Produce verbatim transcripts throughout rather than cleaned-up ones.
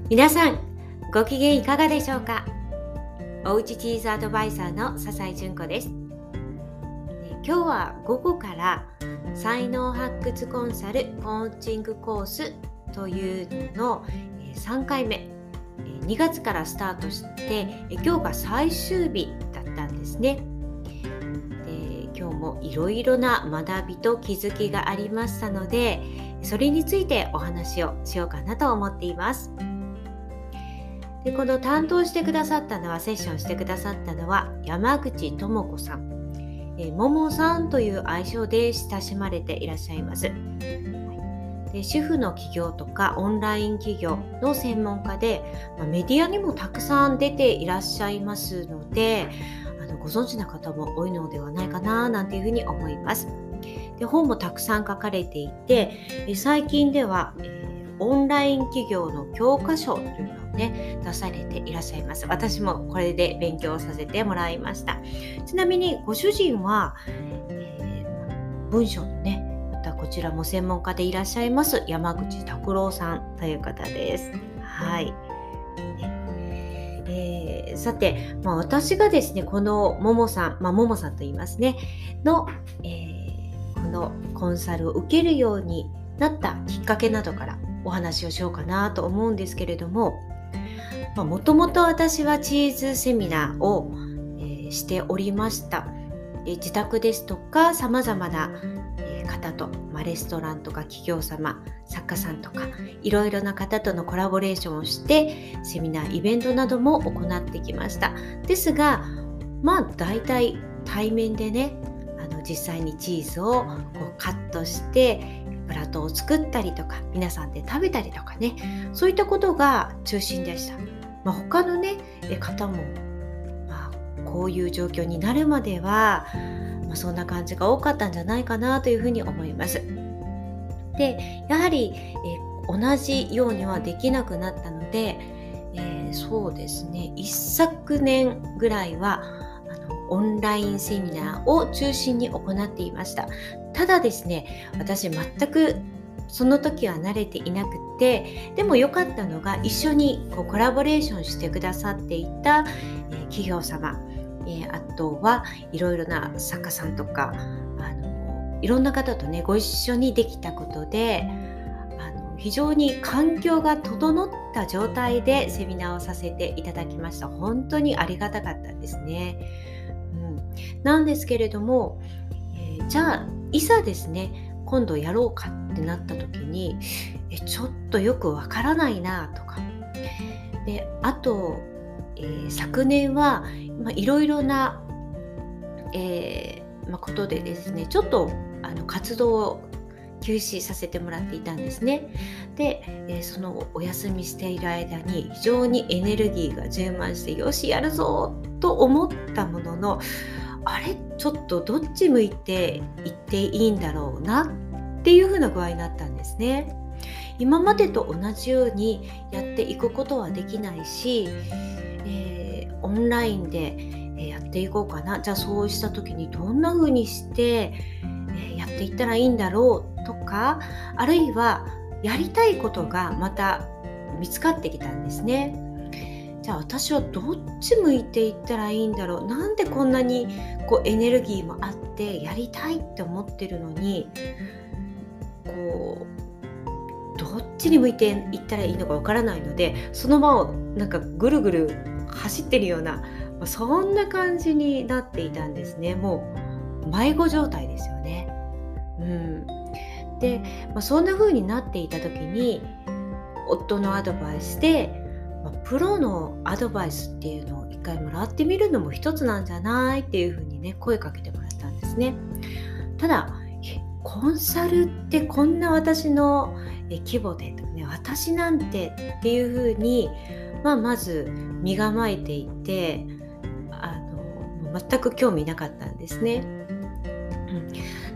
皆さん、ご機嫌いかがでしょうか。おうちチーズアドバイザーの笹井純子です。今日は午後から才能発掘コンサルコーチングコースというののさんかいめ、にがつからスタートして今日が最終日だったんですね。で今日もいろいろな学びと気づきがありましたので、それについてお話をしようかなと思っています。でこの担当してくださったのはセッションしてくださったのは山口智子さん、えももさんという愛称で親しまれていらっしゃいます。で主婦の企業とかオンライン企業の専門家で、まあ、メディアにもたくさん出ていらっしゃいますので、あのご存知な方も多いのではないかななんていうふうに思います。で本もたくさん書かれていて、最近では、えー、オンライン企業の教科書というのをね出されていらっしゃいます。私もこれで勉強させてもらいました。ちなみにご主人は、えー、文章のねまたこちらも専門家でいらっしゃいます山口拓郎さんという方です。はい、ねえー、さて、まあ、私がですねこのももさん、まあ、ももさんと言いますねの、えーこのコンサルを受けるようになったきっかけなどからお話をしようかなと思うんですけれども、もともと私はチーズセミナーを、えー、しておりました。えー、自宅ですとかさまざまな、えー、方と、まあ、レストランとか企業様、作家さんとかいろいろな方とのコラボレーションをしてセミナーイベントなども行ってきました。ですがまあ大体対面でねあの実際にチーズをこうカットしてプラトを作ったりとか皆さんで食べたりとかね、そういったことが中心でした。まあ、他のね方も、まあ、こういう状況になるまでは、まあ、そんな感じが多かったんじゃないかなというふうに思います。でやはり、えー、同じようにはできなくなったので、えー、そうですね一昨年ぐらいはオンラインセミナーを中心に行っていました。ただですね、私全くその時は慣れていなくて、でも良かったのが一緒にこうコラボレーションしてくださっていた、えー、企業様、えー、あとはいろいろな作家さんとかあのいろんな方とねご一緒にできたことで、あの非常に環境が整った状態でセミナーをさせていただきました。本当にありがたかったですね。なんですけれども、えー、じゃあいざですね今度やろうかってなった時にえちょっとよくわからないなとかで、あと、えー、昨年はいろいろな、えーまあ、ことでですねちょっとあの活動を休止させてもらっていたんですね。で、えー、そのお休みしている間に非常にエネルギーが充満してよしやるぞと思ったものの、あれちょっとどっち向いていっていいんだろうなっていう風な具合になったんですね。今までと同じようにやっていくことはできないし、えー、オンラインでやっていこうかな。じゃあそうした時にどんな風にしてやっていったらいいんだろうとか、あるいはやりたいことがまた見つかってきたんですね。じゃあ私はどっち向いていったらいいんだろう、なんでこんなにこうエネルギーもあってやりたいって思ってるのにこうどっちに向いていったらいいのかわからないので、その場をなんかぐるぐる走ってるようなそんな感じになっていたんですね。もう迷子状態ですよね。うん、で、まあ、そんな風になっていた時に夫のアドバイスでプロのアドバイスっていうのを一回もらってみるのも一つなんじゃないっていうふうにね声かけてもらったんですね。ただコンサルってこんな私の規模でとかね、私なんてっていうふうに、まあ、まず身構えていてあの全く興味なかったんですね。うん、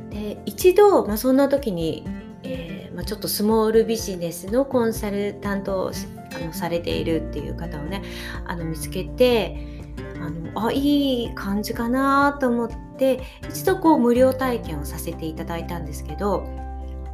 で一度、まあ、そんな時に、えーまあ、ちょっとスモールビジネスのコンサル担当あのされているっていう方をねあの見つけて、あのあいい感じかなと思って一度こう無料体験をさせていただいたんですけど、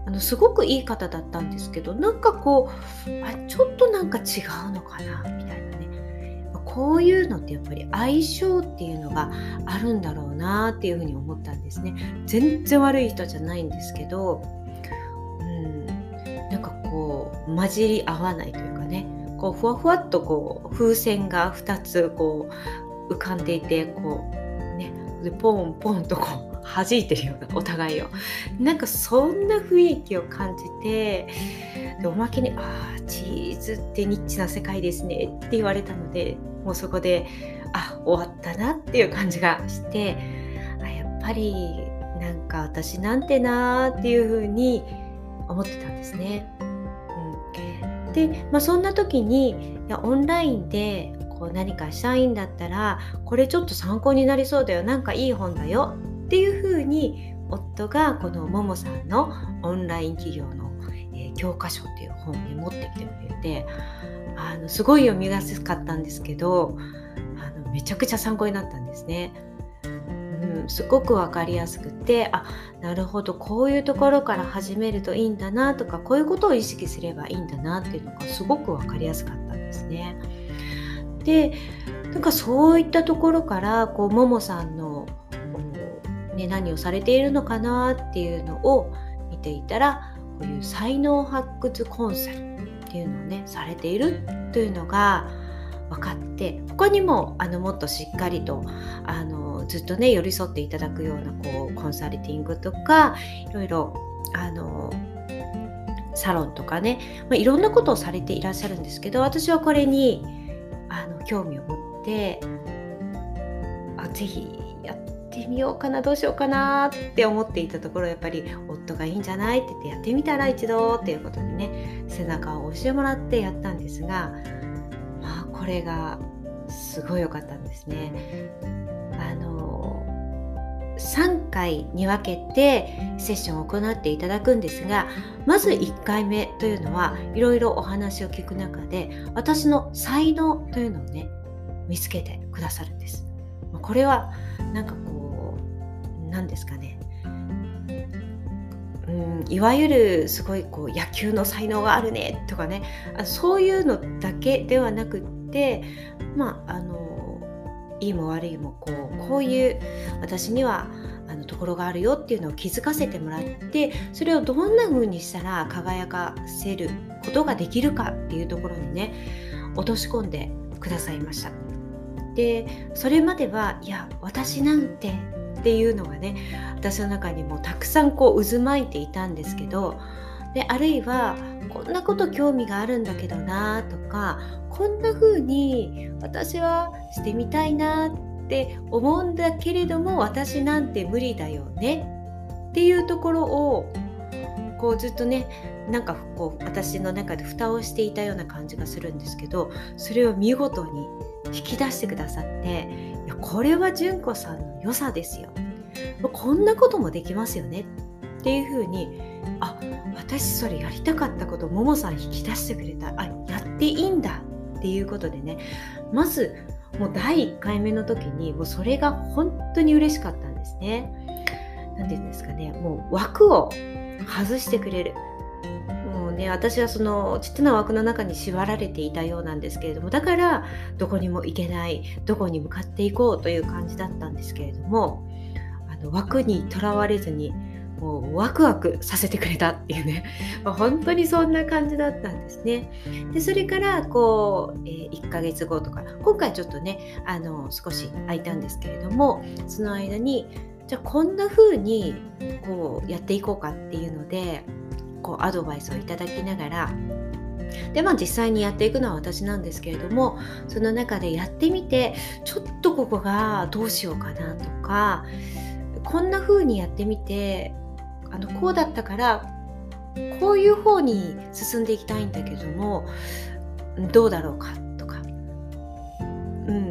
あのすごくいい方だったんですけど、なんかこうあちょっとなんか違うのかなみたいなね。こういうのってやっぱり相性っていうのがあるんだろうなっていうふうに思ったんですね。全然悪い人じゃないんですけど、うん、なんかこう混じり合わないというかね、こうふわふわっとこう風船がふたつこう浮かんでいて、こうねでポンポンとこう弾いてるような、お互いをなんかそんな雰囲気を感じて、でおまけにあーチーズってニッチな世界ですねって言われたので、もうそこであ終わったなっていう感じがして、あやっぱりなんか私なんてなーっていう風に思ってたんですね。うん、で、まあ、そんな時にいやオンラインでこう何かしたいんだったら、これちょっと参考になりそうだよ、なんかいい本だよっていう風に夫がこのももさんのオンライン企業の、えー教科書っていう本を、ね、持ってきてくれて、あのすごい読みやすかったんですけど、あのめちゃくちゃ参考になったんですね。うん、すごくわかりやすくて、あなるほどこういうところから始めるといいんだなとか、こういうことを意識すればいいんだなっていうのがすごくわかりやすかったんですね。でなんかそういったところからこうももさんの、ね、何をされているのかなっていうのを見ていたら、こういう才能発掘コンサルっていうのをねされているというのが分かって、他にもあのもっとしっかりとあのずっとね寄り添っていただくようなこうコンサルティングとか、いろいろあのサロンとかね、まあ、いろんなことをされていらっしゃるんですけど、私はこれにあの興味を持って、あぜひやってみようかな、どうしようかなって思っていたところ、やっぱり夫がいいんじゃないって言ってやってみたら一度っていうことでね、背中を押してもらってやったんですが、まあこれがすごい良かったんですね。あのさんかいに分けてセッションを行っていただくんですが、まずいっかいめというのはいろいろお話を聞く中で、私の才能というのをね見つけてくださるんです。これはなんかこう何ですかね、うん、いわゆるすごいこう野球の才能があるねとかね、あそういうのだけではなくって、まああのいいも悪いもこうこういう私にはあのところがあるよっていうのを気づかせてもらって、それをどんな風にしたら輝かせることができるかっていうところにね落とし込んでくださいました。でそれまではいや私なんてっていうのがね私の中にもたくさんこう渦巻いていたんですけど、であるいはこんなこと興味があるんだけどなとか、こんな風に私はしてみたいなって思うんだけれども私なんて無理だよねっていうところをこうずっとねなんかこう私の中で蓋をしていたような感じがするんですけど、それを見事に引き出してくださって、いやこれは純子さんの良さですよ、こんなこともできますよねっていう風に、あ私それやりたかったことをももさん引き出してくれた、あやっていいんだっていうことでね、まずもうだいいっかいめの時にもうそれが本当に嬉しかったんですね。なんていうんですかね、もう枠を外してくれる。もうね、私はそのちっちゃな枠の中に縛られていたようなんですけれども、だからどこにも行けない、どこに向かっていこうという感じだったんですけれども、あの枠にとらわれずにもうワクワクさせてくれたっていうね本当にそんな感じだったんですね。でそれからこう、えー、いっかげつごとか、今回ちょっとねあの少し空いたんですけれども、その間にじゃあこんな風にこうやっていこうかっていうのでこうアドバイスをいただきながら、でまあ実際にやっていくのは私なんですけれども、その中でやってみてちょっとここがどうしようかなとか、こんな風にやってみてあのこうだったからこういう方に進んでいきたいんだけどもどうだろうかとか、うん、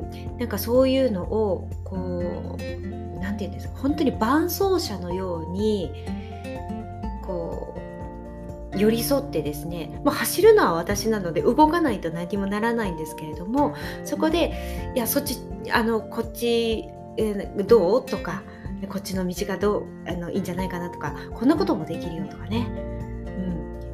なんかそういうのをこうなんていうんですか、本当に伴走者のようにこう寄り添ってですね、まあ、走るのは私なので動かないと何もならないんですけれども、そこでいやそっちあのこっち、えー、どうとか、こっちの道がどうあのいいんじゃないかなとか、こんなこともできるよとかね、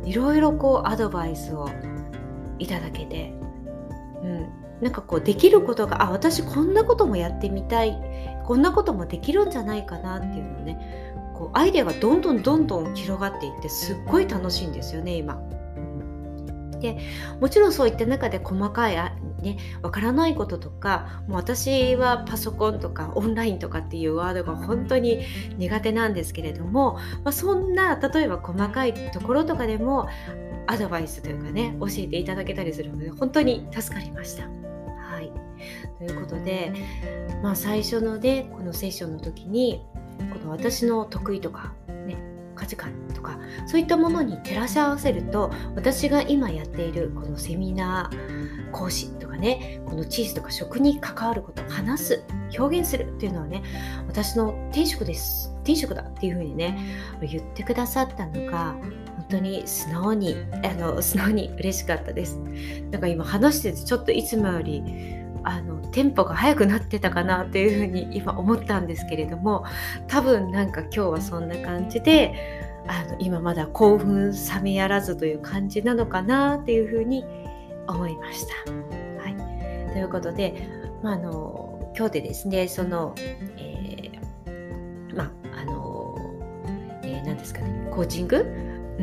いろいろこうアドバイスをいただけて、うん、なんかこうできることが、あ、私こんなこともやってみたい、こんなこともできるんじゃないかなっていうのね、こうアイデアがどんどんどんどん広がっていって、すっごい楽しいんですよね今。でもちろんそういった中で細かいあね、わからないこととか、もう私はパソコンとかオンラインとかっていうワードが本当に苦手なんですけれども、まあ、そんな例えば細かいところとかでもアドバイスというかね、教えていただけたりするので本当に助かりました。はい、ということで、まあ、最初のねこのセッションの時にこの私の得意とか、ね、価値観とかそういったものに照らし合わせると、私が今やっているこのセミナー講師とかね、このチーズとか食に関わることを話す、表現するっていうのはね、私の天職です天職だっていう風にね言ってくださったのが本当に素直にあの素直に嬉しかったです。なんか今話しててちょっといつもよりあのテンポが速くなってたかなっていう風に今思ったんですけれども、多分なんか今日はそんな感じで、あの今まだ興奮冷めやらずという感じなのかなっていう風に思いました。はい、ということで、まあ、あの今日でですね、その、えー、まああの、えー、何ですかね、コーチング、うん、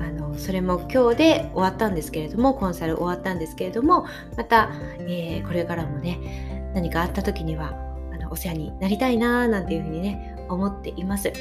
あのそれも今日で終わったんですけれども、コンサル終わったんですけれども、また、えー、これからもね何かあった時にはあのお世話になりたいななんていうふうにね思っています。うん、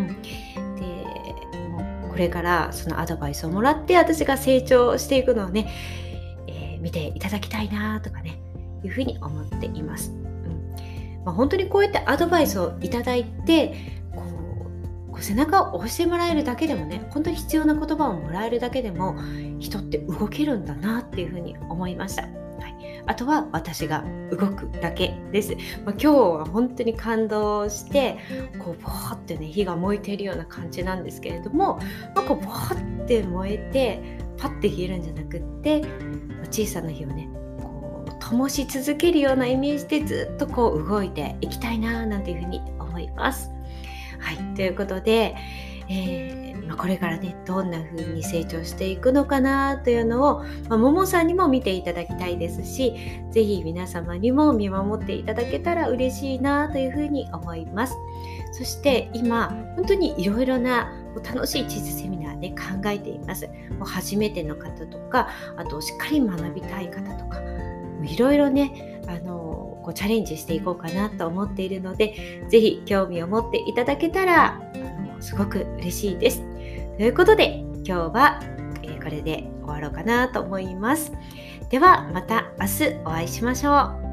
でもうこれからそのアドバイスをもらって私が成長していくのをね、えー、見ていただきたいなとかねいうふうに思っています。うんまあ、本当にこうやってアドバイスをいただいてこうこう背中を押してもらえるだけでもね、本当に必要な言葉をもらえるだけでも人って動けるんだなっていうふうに思いました。はい、あとは私が動くだけです。まあ、今日は本当に感動してこうボーってね火が燃えているような感じなんですけれども、まあ、こうボーって燃えてパッて消えるんじゃなくって、小さな火をねこう灯し続けるようなイメージでずっとこう動いていきたいななんていうふうに思います。はい、ということで、えーまあ、これからねどんな風に成長していくのかなというのを、まあ、ももさんにも見ていただきたいですし、ぜひ皆様にも見守っていただけたら嬉しいなという風に思います。そして今本当にいろいろな楽しいチーズセミナーで、ね、考えています。もう初めての方とか、あとしっかり学びたい方とか、いろいろねあのこうチャレンジしていこうかなと思っているので、ぜひ興味を持っていただけたらあのすごく嬉しいです。ということで今日は、えー、これで終わろうかなと思います。ではまた明日お会いしましょう。